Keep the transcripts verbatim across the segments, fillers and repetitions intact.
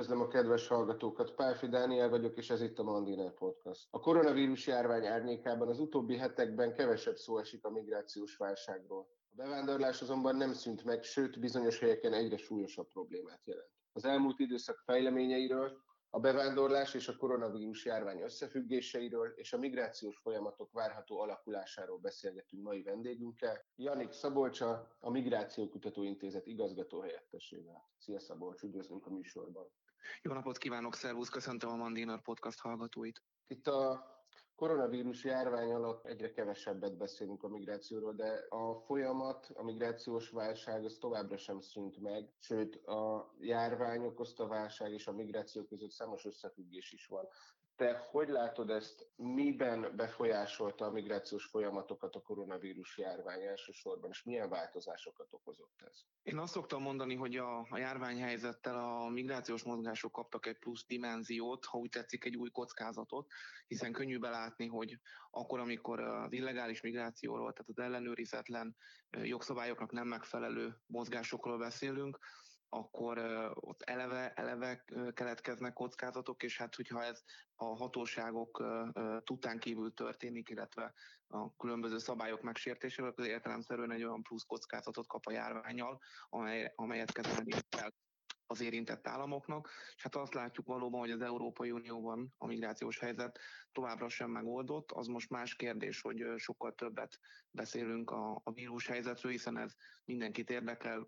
Üdvözlöm a kedves hallgatókat, Pálfi Dániel vagyok, és ez itt a Mandiner Podcast. A koronavírus járvány árnyékában az utóbbi hetekben kevesebb szó esik a migrációs válságról. A bevándorlás azonban nem szűnt meg, sőt bizonyos helyeken egyre súlyosabb problémát jelent. Az elmúlt időszak fejleményeiről, a bevándorlás és a koronavírus járvány összefüggéseiről és a migrációs folyamatok várható alakulásáról beszélgetünk mai vendégünkkel, Janik Szabolcsa, a Migrációkutató Intézet igazgatóhelyettesével. Szia Szabolcs, üdvözlünk a műsorban. Jó napot kívánok, szervusz, köszöntöm a Mandiner Podcast hallgatóit. Itt a koronavírus járvány alatt egyre kevesebbet beszélünk a migrációról, de a folyamat, a migrációs válság az továbbra sem szűnt meg, sőt a járvány okozta válság és a migráció között számos összefüggés is van. Te hogy látod ezt, miben befolyásolta a migrációs folyamatokat a koronavírus járvány elsősorban, és milyen változásokat okozott ez? Én azt szoktam mondani, hogy a, a járványhelyzettel a migrációs mozgások kaptak egy plusz dimenziót, ha úgy tetszik, egy új kockázatot, hiszen könnyű belátni, hogy akkor, amikor az illegális migrációról, tehát az ellenőrizetlen jogszabályoknak nem megfelelő mozgásokról beszélünk, akkor uh, ott eleve, eleve keletkeznek kockázatok, és hát hogyha ez a hatóságok uh, tudtán kívül történik, illetve a különböző szabályok megsértésével, akkor értelemszerűen egy olyan plusz kockázatot kap a járvánnyal, amely, amelyet kezelni kell az érintett államoknak, és hát azt látjuk valóban, hogy az Európai Unióban a migrációs helyzet továbbra sem megoldott. Az most más kérdés, hogy sokkal többet beszélünk a, a vírus helyzetről, hiszen ez mindenkit érdekel.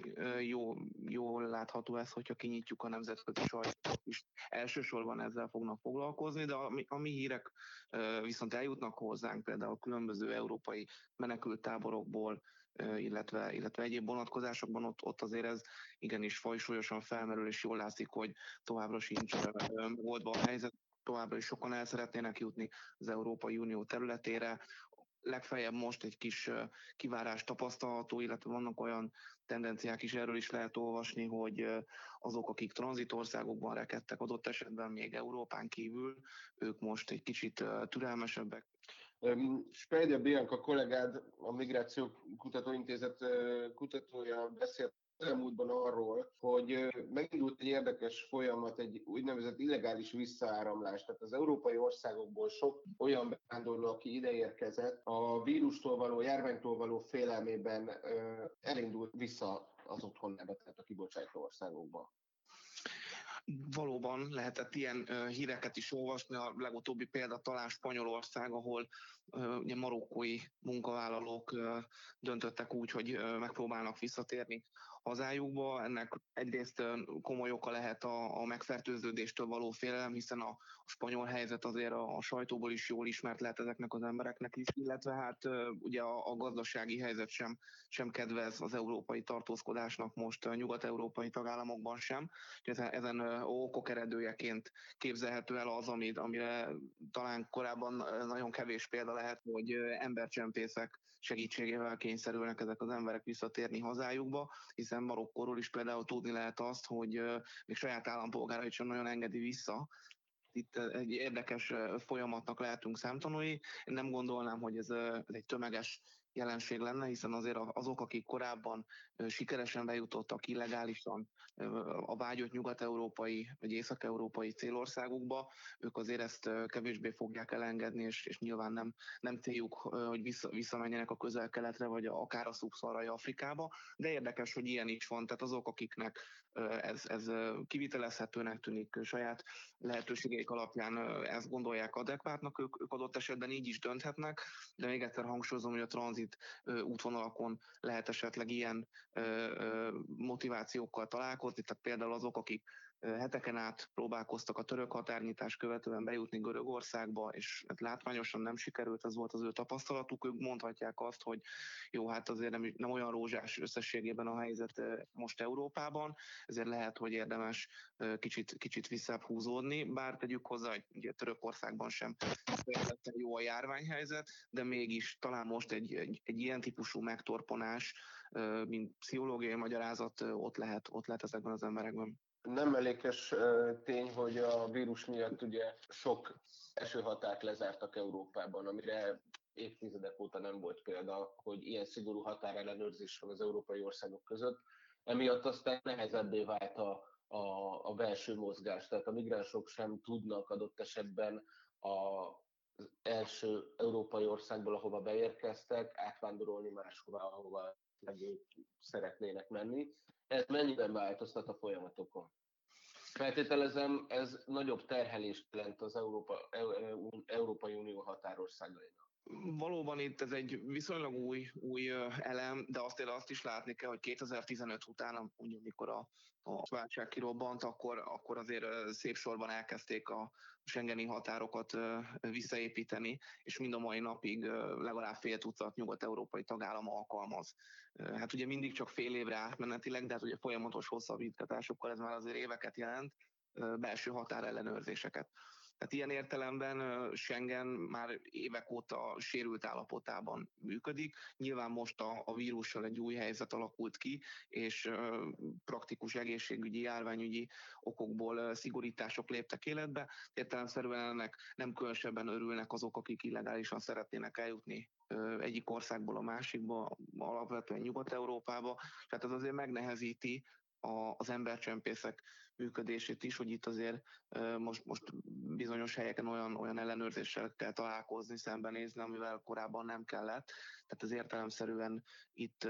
Jó, jól látható ez, hogyha kinyitjuk a nemzetközi sajtót is. Elsősorban ezzel fognak foglalkozni, de a, a mi hírek viszont eljutnak hozzánk, például különböző európai menekülttáborokból, illetve, illetve egyéb vonatkozásokban, ott, ott azért ez igenis fajsúlyosan felmerül, és jól látszik, hogy továbbra sincs megoldva a helyzet, továbbra is sokan el szeretnének jutni az Európai Unió területére. Legfeljebb most egy kis kivárás tapasztalható, illetve vannak olyan tendenciák is, erről is lehet olvasni, hogy azok, akik tranzitországokban rekedtek, adott esetben még Európán kívül, ők most egy kicsit türelmesebbek. Spejde Bianca kollégád, a Migrációkutató Intézet kutatója beszélt elmúltban arról, hogy megindult egy érdekes folyamat, egy úgynevezett illegális visszaáramlás. Tehát az európai országokból sok olyan bevándorló, aki ideérkezett, a vírustól való, járványtól való félelmében elindult vissza az otthonába, tehát a kibocsátó országokba. Valóban lehetett ilyen uh, híreket is olvasni, a legutóbbi példa talán Spanyolország, ahol uh, ugye marokkói munkavállalók uh, döntöttek úgy, hogy uh, megpróbálnak visszatérni hazájukba. Ennek egyrészt uh, komoly oka lehet a, a megfertőződéstől való félelem, hiszen a, a spanyol helyzet azért a, a sajtóból is jól ismert lehet ezeknek az embereknek is, illetve hát uh, ugye a, a gazdasági helyzet sem, sem kedvez az európai tartózkodásnak most uh, nyugat-európai tagállamokban sem. Ezen, ezen uh, okok eredőjeként képzelhető el az, amit, amire talán korábban nagyon kevés példa lehet, hogy embercsempészek segítségével kényszerülnek ezek az emberek visszatérni hazájukba, hiszen Marokkóról is például tudni lehet azt, hogy még saját állampolgárait sem nagyon engedi vissza. Itt egy érdekes folyamatnak lehetünk szemtanúi. Én nem gondolnám, hogy ez, ez egy tömeges jelenség lenne, hiszen azért azok, akik korábban sikeresen bejutottak illegálisan a vágyott nyugat-európai vagy észak-európai célországukba, ők azért ezt kevésbé fogják elengedni, és, és nyilván nem, nem céljuk, hogy vissza, visszamenjenek a közel-keletre, vagy akár a szubszaharai Afrikába, de érdekes, hogy ilyen is van, tehát azok, akiknek ez, ez kivitelezhetőnek tűnik, saját lehetőségeik alapján ezt gondolják adekvátnak, ők, ők adott esetben így is dönthetnek, de még egyszer hangsúlyozom, hogy a tranzit útvonalakon lehet esetleg ilyen motivációkkal találkozni, tehát például azok, akik heteken át próbálkoztak a török határnyitás követően bejutni Görögországba, és hát látványosan nem sikerült, ez volt az ő tapasztalatuk, ők mondhatják azt, hogy jó, hát azért nem, nem olyan rózsás összességében a helyzet most Európában, ezért lehet, hogy érdemes kicsit, kicsit visszább húzódni, bár tegyük hozzá, hogy ugye Törökországban sem jó a járványhelyzet, de mégis talán most egy, egy, egy ilyen típusú megtorponás, mint pszichológiai magyarázat ott lehet, ott lehet ezekben az emberekben. Nem mellékes tény, hogy a vírus miatt ugye sok esőhatárt lezártak Európában, amire évtizedek óta nem volt példa, hogy ilyen szigorú határellenőrzés van az európai országok között. Emiatt aztán nehezebbé vált a, a, a belső mozgás. Tehát a migránsok sem tudnak adott esetben az első európai országból, ahova beérkeztek, átvándorolni máshova, ahova ők szeretnének menni. Ez mennyiben változtat a folyamatokon? Feltételezem, ez nagyobb terhelést jelent az Európa, Európai Unió határországainak. Valóban itt ez egy viszonylag új, új elem, de azt, azt is látni kell, hogy kétezer-tizenöt után, ugye, amikor a, a válság kirobbant, akkor, akkor azért szép sorban elkezdték a schengeni határokat visszaépíteni, és mind a mai napig legalább fél tucat nyugat-európai tagállam alkalmaz. Hát ugye mindig csak fél évre átmenetileg, de hát ugye folyamatos hosszabbítatásokkal ez már azért éveket jelent, belső határellenőrzéseket. Tehát ilyen értelemben Schengen már évek óta sérült állapotában működik. Nyilván most a, a vírussal egy új helyzet alakult ki, és praktikus egészségügyi, járványügyi okokból szigorítások léptek életbe. Értelemszerűen ennek nem különösebben örülnek azok, akik illegálisan szeretnének eljutni egyik országból a másikba, alapvetően Nyugat-Európába. Tehát ez azért megnehezíti az embercsempészek működését is, hogy itt azért most, most bizonyos helyeken olyan, olyan ellenőrzéssel kell találkozni, szembenézni, amivel korábban nem kellett. Tehát az értelemszerűen itt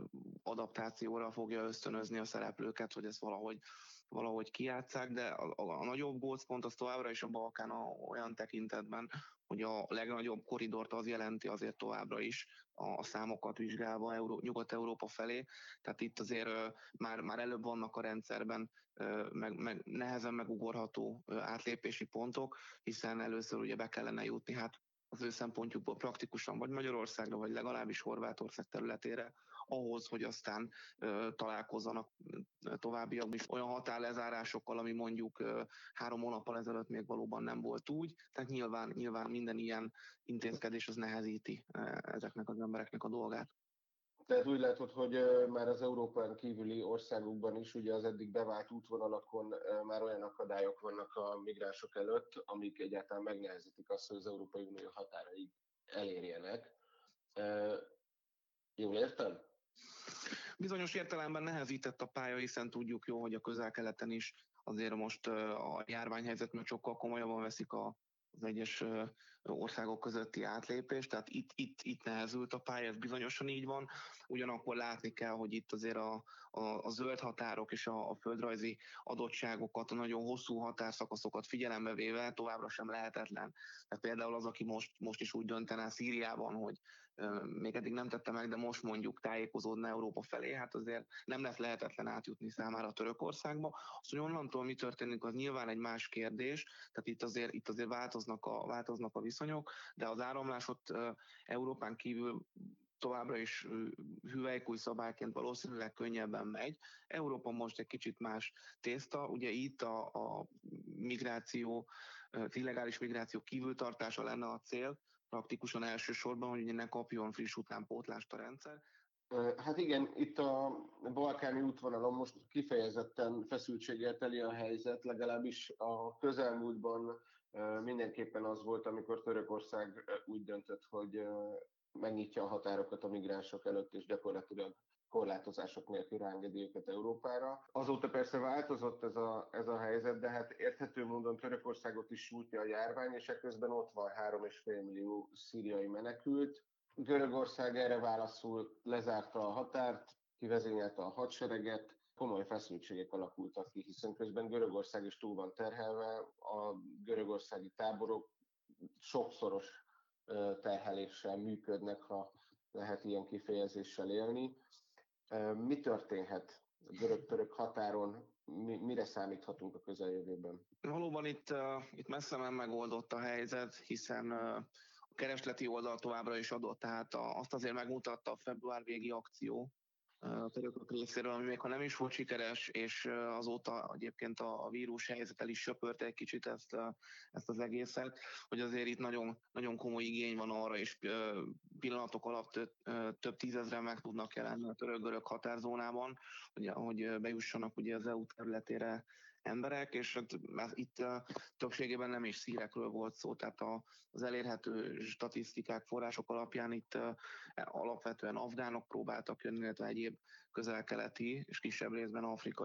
adaptációra fogja ösztönözni a szereplőket, hogy ezt valahogy valahogy kijátsszák, de a, a, a nagyobb gócpont az továbbra is a Balkán olyan tekintetben, hogy a legnagyobb koridort az jelenti azért továbbra is a számokat vizsgálva Euró, Nyugat-Európa felé. Tehát itt azért már, már előbb vannak a rendszerben meg, meg nehezen megugorható átlépési pontok, hiszen először ugye be kellene jutni, hát az ő szempontjukból praktikusan vagy Magyarországra, vagy legalábbis Horvátország területére, ahhoz, hogy aztán ö, találkozzanak továbbiakban is olyan határlezárásokkal, ami mondjuk ö, három hónappal ezelőtt még valóban nem volt úgy. Tehát nyilván, nyilván minden ilyen intézkedés az nehezíti ö, ezeknek az embereknek a dolgát. Tehát úgy látod, hogy már az Európán kívüli országokban is, ugye az eddig bevált útvonalakon már olyan akadályok vannak a migránsok előtt, amik egyáltalán megnehezítik azt, hogy az Európai Unió határaig elérjenek. Jól értem? Bizonyos értelemben nehezített a pálya, hiszen tudjuk jó, hogy a Közel-Keleten is azért most a járványhelyzet még sokkal komolyabban veszik a az egyes országok közötti átlépés, tehát itt, itt, itt nehezült a pálya, ez bizonyosan így van. Ugyanakkor látni kell, hogy itt azért a, a, a zöld határok és a, a földrajzi adottságokat, a nagyon hosszú határszakaszokat figyelembe véve továbbra sem lehetetlen. Tehát például az, aki most, most is úgy döntene Szíriában, hogy még eddig nem tette meg, de most mondjuk tájékozódna Európa felé, hát azért nem lesz lehetetlen átjutni számára Törökországba. Az, hogy onnantól mi történik, az nyilván egy más kérdés, tehát itt azért, itt azért változnak, a, változnak a viszonyok, de az áramlás ott Európán kívül továbbra is hüvelykúj szabályként valószínűleg könnyebben megy. Európa most egy kicsit más tészta, ugye itt a, a migráció, az illegális migráció kívültartása lenne a cél, praktikusan elsősorban, hogy ne kapjon friss utánpótlást a rendszer. Hát igen, itt a balkáni útvonalon most kifejezetten feszültséggel teli a helyzet, legalábbis a közelmúltban mindenképpen az volt, amikor Törökország úgy döntött, hogy megnyitja a határokat a migránsok előtt, és gyakorlatilag korlátozások nélkül ráengedi őket Európára. Azóta persze változott ez a, ez a helyzet, de hát érthető módon Törökországot is sújtja a járvány, és ekközben ott van három és fél millió szíriai menekült. Görögország erre válaszul lezárta a határt, kivezényelte a hadsereget, komoly feszültségek alakultak ki, hiszen közben Görögország is túl van terhelve, a görögországi táborok sokszoros terheléssel működnek, ha lehet ilyen kifejezéssel élni. Mi történhet a görög-török határon, mire számíthatunk a közeljövőben? Valóban itt, itt messze nem megoldott a helyzet, hiszen a keresleti oldal továbbra is adott, tehát azt azért megmutatta a február végi akció a törökök részéről, ami még ha nem is volt sikeres, és azóta egyébként a vírus helyzet el is söpörte egy kicsit ezt, ezt az egészet, hogy azért itt nagyon, nagyon komoly igény van arra, és pillanatok alatt több, több tízezren meg tudnak jelenni a török-görög határzónában, hogy, hogy bejussanak ugye az é u területére emberek, és itt többségében nem is szírekről volt szó, tehát az elérhető statisztikák, források alapján itt alapvetően afgánok próbáltak jönni, illetve egyéb közel-keleti és kisebb részben afrikai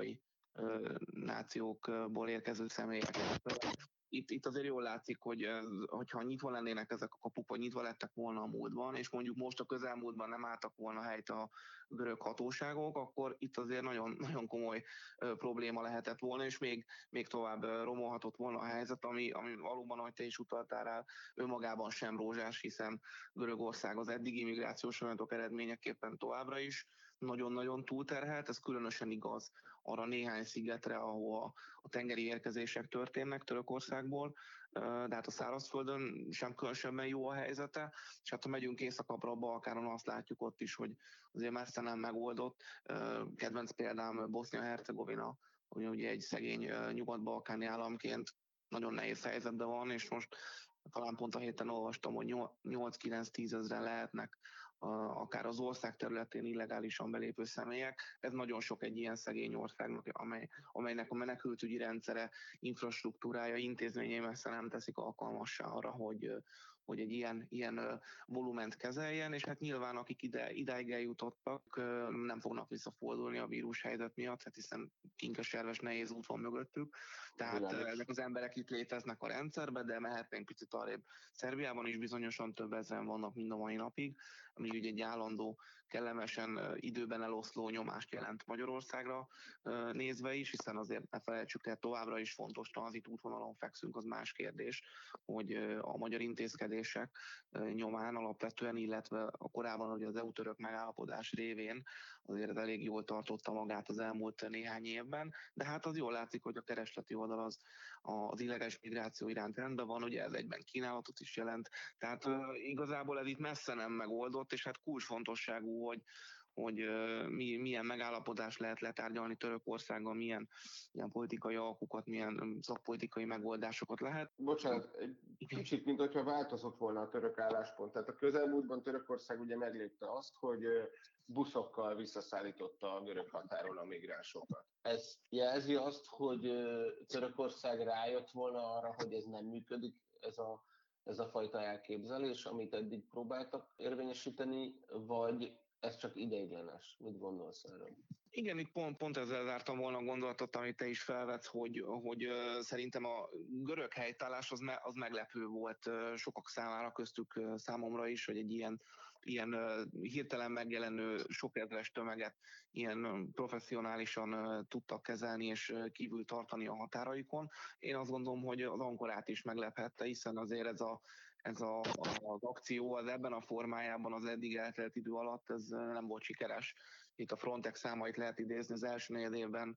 nációkból érkező személyeket. Itt, itt azért jól látszik, hogy hogyha nyitva lennének ezek a kapuk, vagy nyitva lettek volna a múltban, és mondjuk most a közelmúltban nem álltak volna helyt a görög hatóságok, akkor itt azért nagyon, nagyon komoly probléma lehetett volna, és még, még tovább romolhatott volna a helyzet, ami, ami valóban, ahogy te is utaltál rá, önmagában sem rózsás, hiszen Görögország az eddigi migrációs folyamatok eredményeképpen továbbra is nagyon-nagyon túlterhelt, ez különösen igaz arra néhány szigetre, ahol a tengeri érkezések történnek Törökországból, de hát a szárazföldön sem különösebben jó a helyzete, és hát ha megyünk északabbra a Balkánon, azt látjuk ott is, hogy azért messze nem megoldott. Kedvenc példám Bosznia-Hercegovina, hogy ugye egy szegény nyugat-balkáni államként nagyon nehéz helyzetben van, és most talán pont a héten olvastam, hogy nyolc-kilenc-tíz ezren lehetnek akár az ország területén illegálisan belépő személyek. Ez nagyon sok egy ilyen szegény országnak, amely, amelynek a menekültügyi rendszere, infrastruktúrája, intézményei messze nem teszik alkalmassá arra, hogy, hogy egy ilyen, ilyen volument kezeljen, és hát nyilván akik ide, idáig eljutottak, nem fognak visszafordulni a vírushelyzet miatt, hát hiszen kinkeserves nehéz út van mögöttük. Tehát Világos. Ezek az emberek itt léteznek a rendszerben, de mehetnénk picit arrébb. Szerbiában is bizonyosan több ezren vannak mind a mai napig, ami ugye egy állandó, kellemesen időben eloszló nyomást jelent Magyarországra nézve is, hiszen azért ne felejtsük, tehát továbbra is fontos tranzit útvonalon fekszünk, az más kérdés, hogy a magyar intézkedések nyomán alapvetően, illetve a korábban hogy az é u-török megállapodás révén azért elég jól tartotta magát az elmúlt néhány évben, de hát az jól látszik, hogy a keresleti oldal az az illegális migráció iránt rendben van, ugye ez egyben kínálatot is jelent, tehát uh, igazából ez itt messze nem megoldott, és hát kulcsfontosságú, hogy, hogy uh, mi, milyen megállapodás lehet letárgyalni Törökországgal, milyen, milyen politikai alkukat, milyen szakpolitikai megoldásokat lehet. Bocsánat, egy kicsit, mint hogyha változott volna a török álláspont. Tehát a közelmúltban Törökország ugye meglépte azt, hogy buszokkal visszaszállította a görög határon a migránsokat. Ez jelzi azt, hogy Törökország rájött volna arra, hogy ez nem működik, ez a, ez a fajta elképzelés, amit eddig próbáltak érvényesíteni, vagy ez csak ideiglenes? Mit gondolsz erről? Igen, itt pont, pont ezzel zártam volna a gondolatot, amit te is felvetsz, hogy, hogy uh, szerintem a görög helytállás az, me, az meglepő volt uh, sokak számára, köztük uh, számomra is, hogy egy ilyen, ilyen uh, hirtelen megjelenő sok ezres tömeget ilyen uh, professzionálisan uh, tudtak kezelni és uh, kívül tartani a határaikon. Én azt gondolom, hogy az Ankarát is meglephette, hiszen azért ez a ez a, az akció az ebben a formájában az eddig eltelt idő alatt ez nem volt sikeres. Itt a Frontex számait lehet idézni, az első negyed évben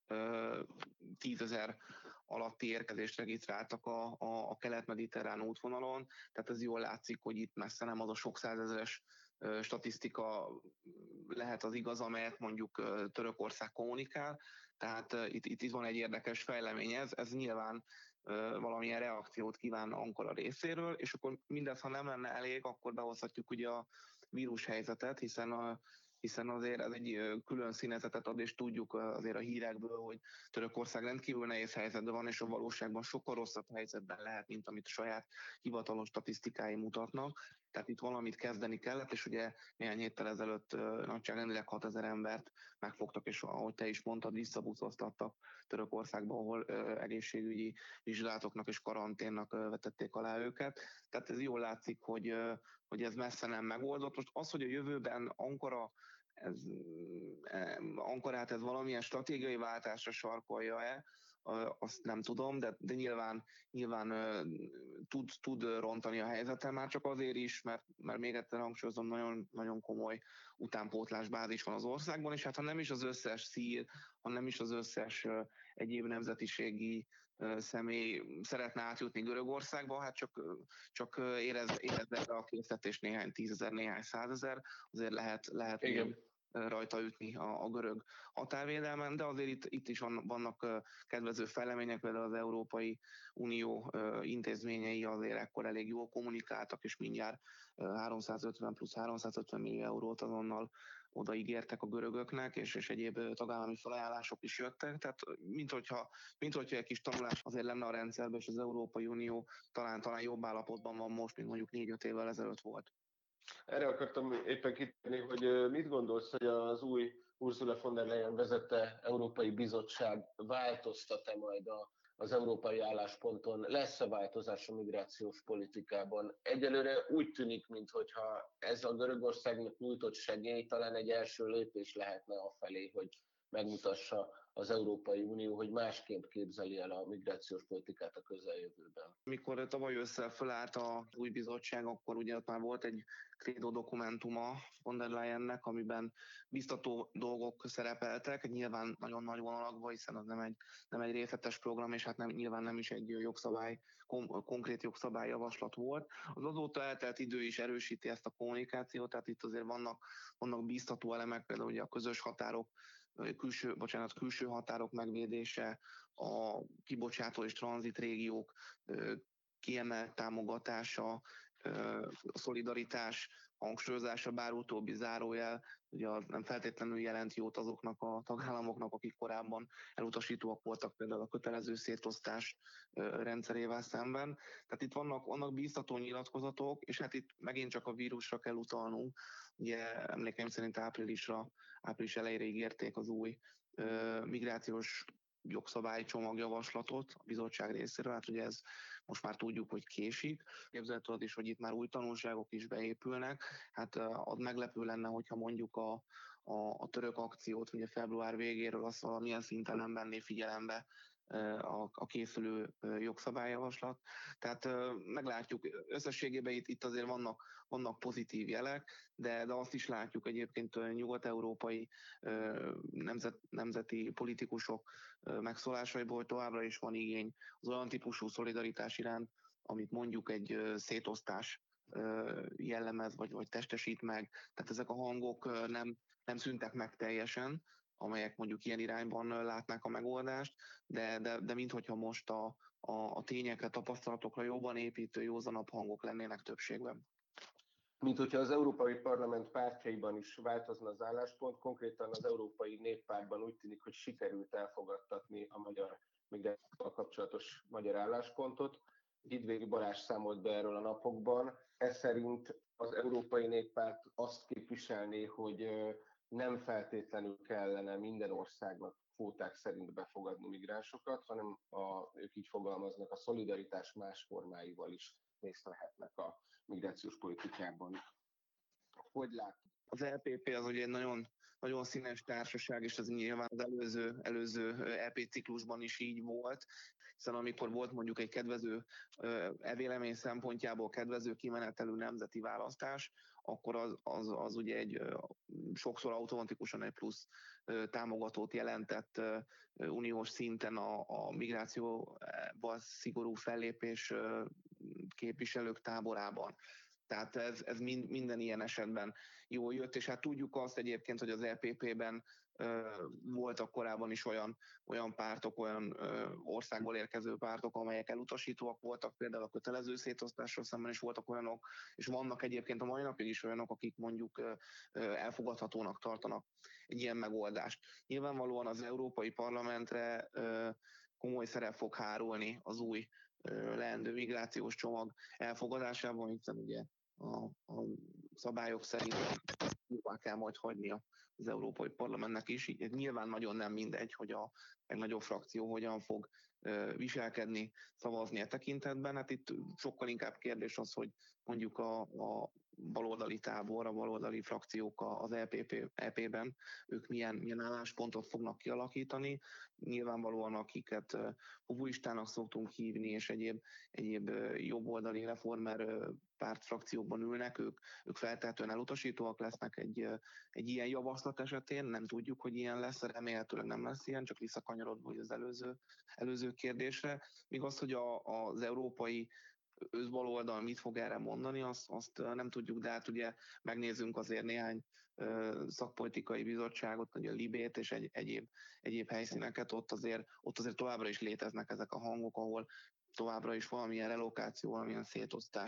tízezer alatti érkezést regisztráltak a, a, a kelet-mediterrán útvonalon, tehát ez jól látszik, hogy itt messze nem az a sok százezeres statisztika lehet az igaz, amelyet mondjuk Törökország kommunikál, tehát itt, itt van egy érdekes fejlemény, ez, ez nyilván valamilyen reakciót kíván Ankara részéről, és akkor mindez, ha nem lenne elég, akkor behozhatjuk ugye a vírushelyzetet, hiszen a hiszen azért ez egy külön színezetet ad, és tudjuk azért a hírekből, hogy Törökország rendkívül nehéz helyzetben van, és a valóságban sokkal rosszabb helyzetben lehet, mint amit a saját hivatalos statisztikái mutatnak. Tehát itt valamit kezdeni kellett, és ugye néhány héttel ezelőtt nagyságrendileg hatezer embert megfogtak, és ahogy te is mondtad, visszabuszoztattak Törökországba, ahol egészségügyi vizsgálatoknak és karanténnak vetették alá őket. Tehát ez jól látszik, hogy, hogy ez messze nem megoldott. Most az, hogy a jövőben Ankara ez, Ankarát ez valamilyen stratégiai váltásra sarkolja-e, azt nem tudom, de, de nyilván, nyilván tud, tud rontani a helyzeten, már csak azért is, mert, mert még egyszer hangsúlyozom, nagyon, nagyon komoly utánpótlásbázis van az országban, és hát ha nem is az összes szír, ha nem is az összes egyéb nemzetiségi személy szeretne átjutni Görögországba, hát csak, csak érez, érez erre a készletés néhány tízezer, néhány százezer, azért lehet, lehet még rajta ütni a, a görög határvédelmen, de azért itt, itt is van, vannak kedvező fejlemények, például az Európai Unió intézményei azért ekkor elég jól kommunikáltak, és mindjárt háromszázötven plusz háromszázötven millió eurót azonnal odaígértek a görögöknek, és, és egyéb tagállami felajánlások is jöttek, tehát mint hogyha, mint hogyha egy kis tanulás azért lenne a rendszerben, és az Európai Unió talán, talán jobb állapotban van most, mint mondjuk négy-öt évvel ezelőtt volt. Erre akartam éppen kitérni, hogy mit gondolsz, hogy az új Ursula von der Leyen vezette Európai Bizottság változtat-e majd a, az európai állásponton? Lesz-e változás a migrációs politikában? Egyelőre úgy tűnik, mintha ez a Görögországnak nyújtott segély talán egy első lépés lehetne afelé, hogy megmutassa az Európai Unió, hogy másként képzeli el a migrációs politikát a közeljövőben. Amikor tavaly ősszel felállt az új bizottság, akkor ugye ott már volt egy credo dokumentuma von der Leyennek, amiben biztató dolgok szerepeltek, nyilván nagyon nagy vonalakban, hiszen az nem egy, nem egy részletes program, és hát nem, nyilván nem is egy jogszabály, kon- konkrét jogszabályjavaslat volt. Az azóta eltelt idő is erősíti ezt a kommunikációt, tehát itt azért vannak, vannak biztató elemek, például ugye a közös határok, külső, bocsánat, külső határok megvédése, a kibocsátó és tranzit régiók kiemelt támogatása, a szolidaritás hangsúlyozása, bár utóbbi zárójel, ugye az nem feltétlenül jelent jót azoknak a tagállamoknak, akik korábban elutasítóak voltak például a kötelező szétosztás rendszerével szemben. Tehát itt vannak, vannak bíztató nyilatkozatok, és hát itt megint csak a vírusra kell utalnunk. Ugye emlékeim szerint áprilisra, április elejére ígérték az új migrációs jogszabálycsomagjavaslatot a bizottság részéről, hát ugye ez most már tudjuk, hogy késik. Képzelhető is, hogy itt már új tanulságok is beépülnek. Hát az meglepő lenne, hogyha mondjuk a, a, a török akciót, ugye február végéről azt valamilyen szinten nem venné figyelembe a, a készülő jogszabályjavaslat. Tehát meglátjuk, összességében itt, itt azért vannak, vannak pozitív jelek, de, de azt is látjuk egyébként nyugat-európai nemzet, nemzeti politikusok megszólásaiból továbbra is van igény az olyan típusú szolidaritás iránt, amit mondjuk egy szétosztás jellemez, vagy, vagy testesít meg. Tehát ezek a hangok nem, nem szűntek meg teljesen, amelyek mondjuk ilyen irányban látnák a megoldást, de, de, de minthogyha most a, a, a tényekre, tapasztalatokra jobban építő, józanabb hangok lennének többségben. Mint hogyha az Európai Parlament pártjaiban is változna az álláspont, konkrétan az Európai Néppártban úgy tűnik, hogy sikerült elfogadtatni a magyar migrációval kapcsolatos magyar álláspontot. Hidvégi Balázs számolt be erről a napokban. Ez szerint az Európai Néppárt azt képviselné, hogy nem feltétlenül kellene minden országnak kvóták szerint befogadni migránsokat, hanem a, ők így fogalmaznak, a szolidaritás más formáival is részt vehetnek a migrációs politikában. Hogy lát? Az é pé pé az ugye egy nagyon, nagyon színes társaság, és ez nyilván az előző, előző é pé ciklusban is így volt, hiszen amikor volt mondjuk egy kedvező, e-vélemény szempontjából kedvező kimenetelű nemzeti választás, akkor az, az, az ugye egy sokszor automatikusan egy plusz támogatót jelentett uniós szinten a, a migrációval szigorú fellépés képviselők táborában. Tehát ez, ez mind, minden ilyen esetben jól jött, és hát tudjuk azt egyébként, hogy az é pé pé-ben ö, voltak korábban is olyan, olyan pártok, olyan ö, országból érkező pártok, amelyek elutasítóak voltak, például a kötelező szétosztásra szemben is voltak olyanok, és vannak egyébként a mai napig is olyanok, akik mondjuk ö, ö, elfogadhatónak tartanak egy ilyen megoldást. Nyilvánvalóan az Európai Parlamentre ö, komoly szerep fog hárulni az új leendő migrációs csomag elfogadásában, hiszen ugye a, a szabályok szerint jóvá kell majd hagynia az Európai Parlamentnek is. Így nyilván nagyon nem mindegy, hogy a legnagyobb frakció hogyan fog viselkedni, szavazni e tekintetben. Hát itt sokkal inkább kérdés az, hogy mondjuk a, a baloldali tábor, a baloldali frakciók az é pé pé, é pé-ben, ők milyen, milyen álláspontot fognak kialakítani. Nyilvánvalóan akiket populistának szoktunk hívni, és egyéb, egyéb jobboldali reformer pártfrakciókban ülnek, ők, ők feltehetően elutasítóak lesznek egy, egy ilyen javaslat esetén. Nem tudjuk, hogy ilyen lesz, remélhetőleg nem lesz ilyen, csak visszakanyarodva az előző, előző kérdésre. Míg az, hogy a, az európai összbaloldal mit fog erre mondani, azt, azt nem tudjuk, de hát ugye megnézzünk azért néhány szakpolitikai bizottságot, ugye a Libét és egy, egyéb, egyéb helyszíneket, ott azért, ott azért továbbra is léteznek ezek a hangok, ahol továbbra is valamilyen relokáció, valamilyen szétosztás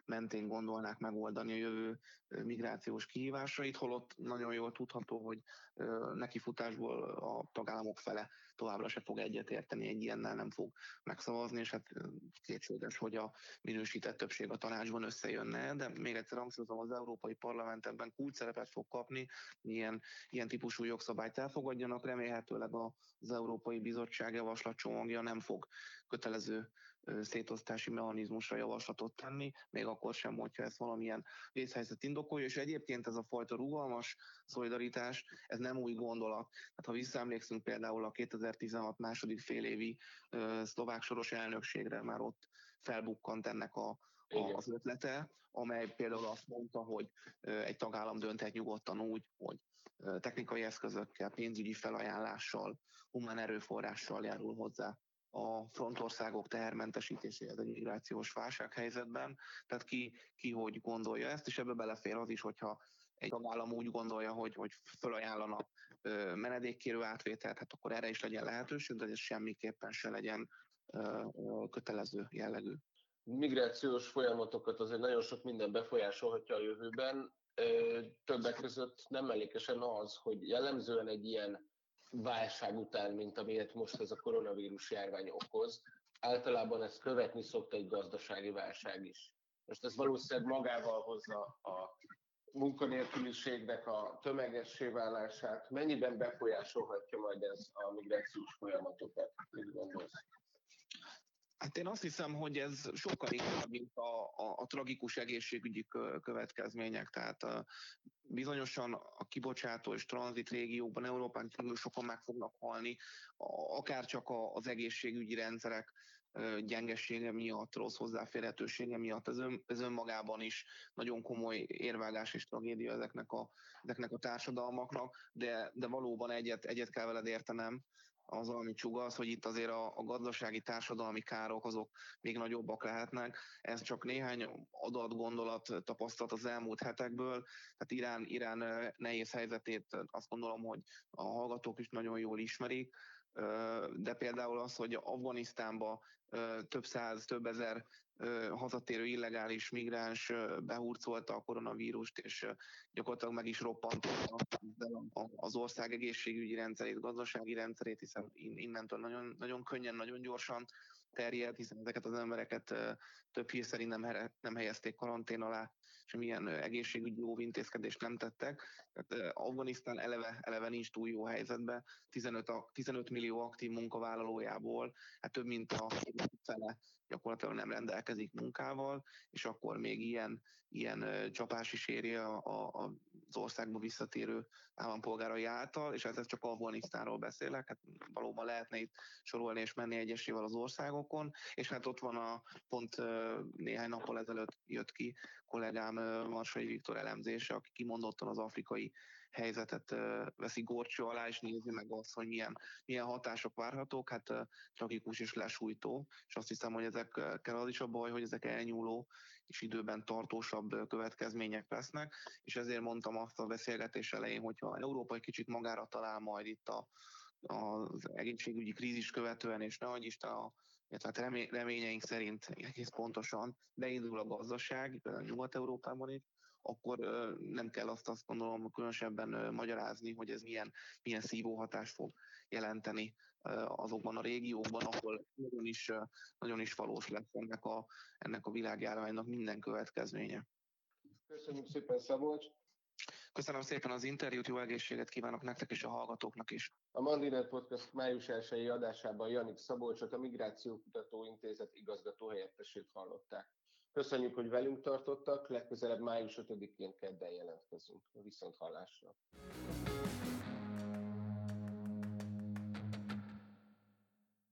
mentén gondolnák megoldani a jövő migrációs kihívásait, holott nagyon jól tudható, hogy nekifutásból a tagállamok fele továbbra se fog egyetérteni, egy ilyennel nem fog megszavazni, és hát kétséges, hogy a minősített többség a tanácsban összejönne, de még egyszer hangsúlyozom, az Európai Parlament ebben kulcsszerepet fog kapni, ilyen, ilyen típusú jogszabályt elfogadjanak, remélhetőleg az Európai Bizottság javaslatcsomagja nem fog kötelező szétosztási mechanizmusra javaslatot tenni, még akkor sem, hogyha ez valamilyen vészhelyzet indokolja, és egyébként ez a fajta rugalmas szolidaritás, ez nem új gondolat. Hát ha visszaemlékszünk például a kétezer-tizenhat második félévi szlovák soros elnökségre, már ott felbukkant ennek a, a, az ötlete, amely például azt mondta, hogy egy tagállam dönthet nyugodtan úgy, hogy technikai eszközökkel, pénzügyi felajánlással, humán erőforrással járul hozzá a frontországok tehermentesítéséhez egy migrációs válsághelyzetben. Tehát ki, ki hogy gondolja ezt, és ebbe belefér az is, hogyha egy tagállam úgy gondolja, hogy, hogy felajánlanak menedékkérő átvételt, hát akkor erre is legyen lehetőség, de ez semmiképpen se legyen kötelező jellegű. Migrációs folyamatokat azért nagyon sok minden befolyásolhatja a jövőben. Többek között nem mellékesen az, hogy jellemzően egy ilyen válság után, mint amilyet most ez a koronavírus járvány okoz, általában ezt követni szokta egy gazdasági válság is. Most ez valószínűleg magával hozza a munkanélküliségnek a tömegessé válását. Mennyiben befolyásolhatja majd ez a migrációs folyamatokat? Mit gondolsz? Hát én azt hiszem, hogy ez sokkal inkább, mint a, a, a tragikus egészségügyi következmények. Tehát a, bizonyosan a kibocsátó és tranzit régiókban, Európán kívül sokan meg fognak halni, akár csak az egészségügyi rendszerek gyengessége miatt, rossz hozzáférhetősége miatt. Ez, ön, ez önmagában is nagyon komoly érvágás és tragédia ezeknek a, ezeknek a társadalmaknak, de, de valóban egyet, egyet kell veled értenem, az, amit sugalsz, hogy itt azért a, a gazdasági, társadalmi károk azok még nagyobbak lehetnek. Ez csak néhány adat, gondolat, tapasztalat az elmúlt hetekből. Tehát Irán, Irán nehéz helyzetét azt gondolom, hogy a hallgatók is nagyon jól ismerik, de például az, hogy Afganisztánba több száz, több ezer hazatérő illegális migráns behurcolta a koronavírust, és gyakorlatilag meg is roppant az ország egészségügyi rendszerét, gazdasági rendszerét, hiszen innentől nagyon, nagyon könnyen, nagyon gyorsan terjed, hiszen ezeket az embereket több hír szerint nem, nem helyezték karantén alá, és milyen egészségügyi óvintézkedést nem tettek. Tehát Afganisztán eleve, eleve nincs túl jó helyzetben, tizenöt, tizenöt millió aktív munkavállalójából, hát több mint a fele gyakorlatilag nem rendelkezik munkával, és akkor még ilyen, ilyen csapás is éri a, a, az országba visszatérő állampolgárai által, és hát ez csak Afganisztánról beszélek, hát valóban lehetne itt sorolni és menni egyesével az országokon, és hát ott van a pont néhány nappal ezelőtt jött ki kollégám Marsai Viktor elemzése, aki kimondottan az afrikai helyzetet veszi górcső alá, és nézi meg azt, hogy milyen, milyen hatások várhatók, hát tragikus és lesújtó, és azt hiszem, hogy ezekkel az is a baj, hogy ezek elnyúló és időben tartósabb következmények lesznek, és ezért mondtam azt a beszélgetés elején, hogyha Európa egy kicsit magára talál majd itt a, az egészségügyi krízis követően, és ne adj Isten a illetve reményeink szerint egész pontosan beindul a gazdaság Nyugat-Európában is, akkor nem kell azt azt gondolom különösebben magyarázni, hogy ez milyen, milyen szívóhatást fog jelenteni azokban a régiókban, ahol nagyon is, nagyon is valós lesz ennek a, ennek a világjárványnak minden következménye. Köszönjük szépen, Szabolcs! Köszönöm szépen az interjút, jó egészséget kívánok nektek és a hallgatóknak is. A Mandinet Podcast május elsői adásában Janik Szabolcsot, a Migrációkutató Intézet igazgatóhelyettesét hallották. Köszönjük, hogy velünk tartottak, legközelebb május ötödikén kedden jelentkezünk. Viszont hallásra!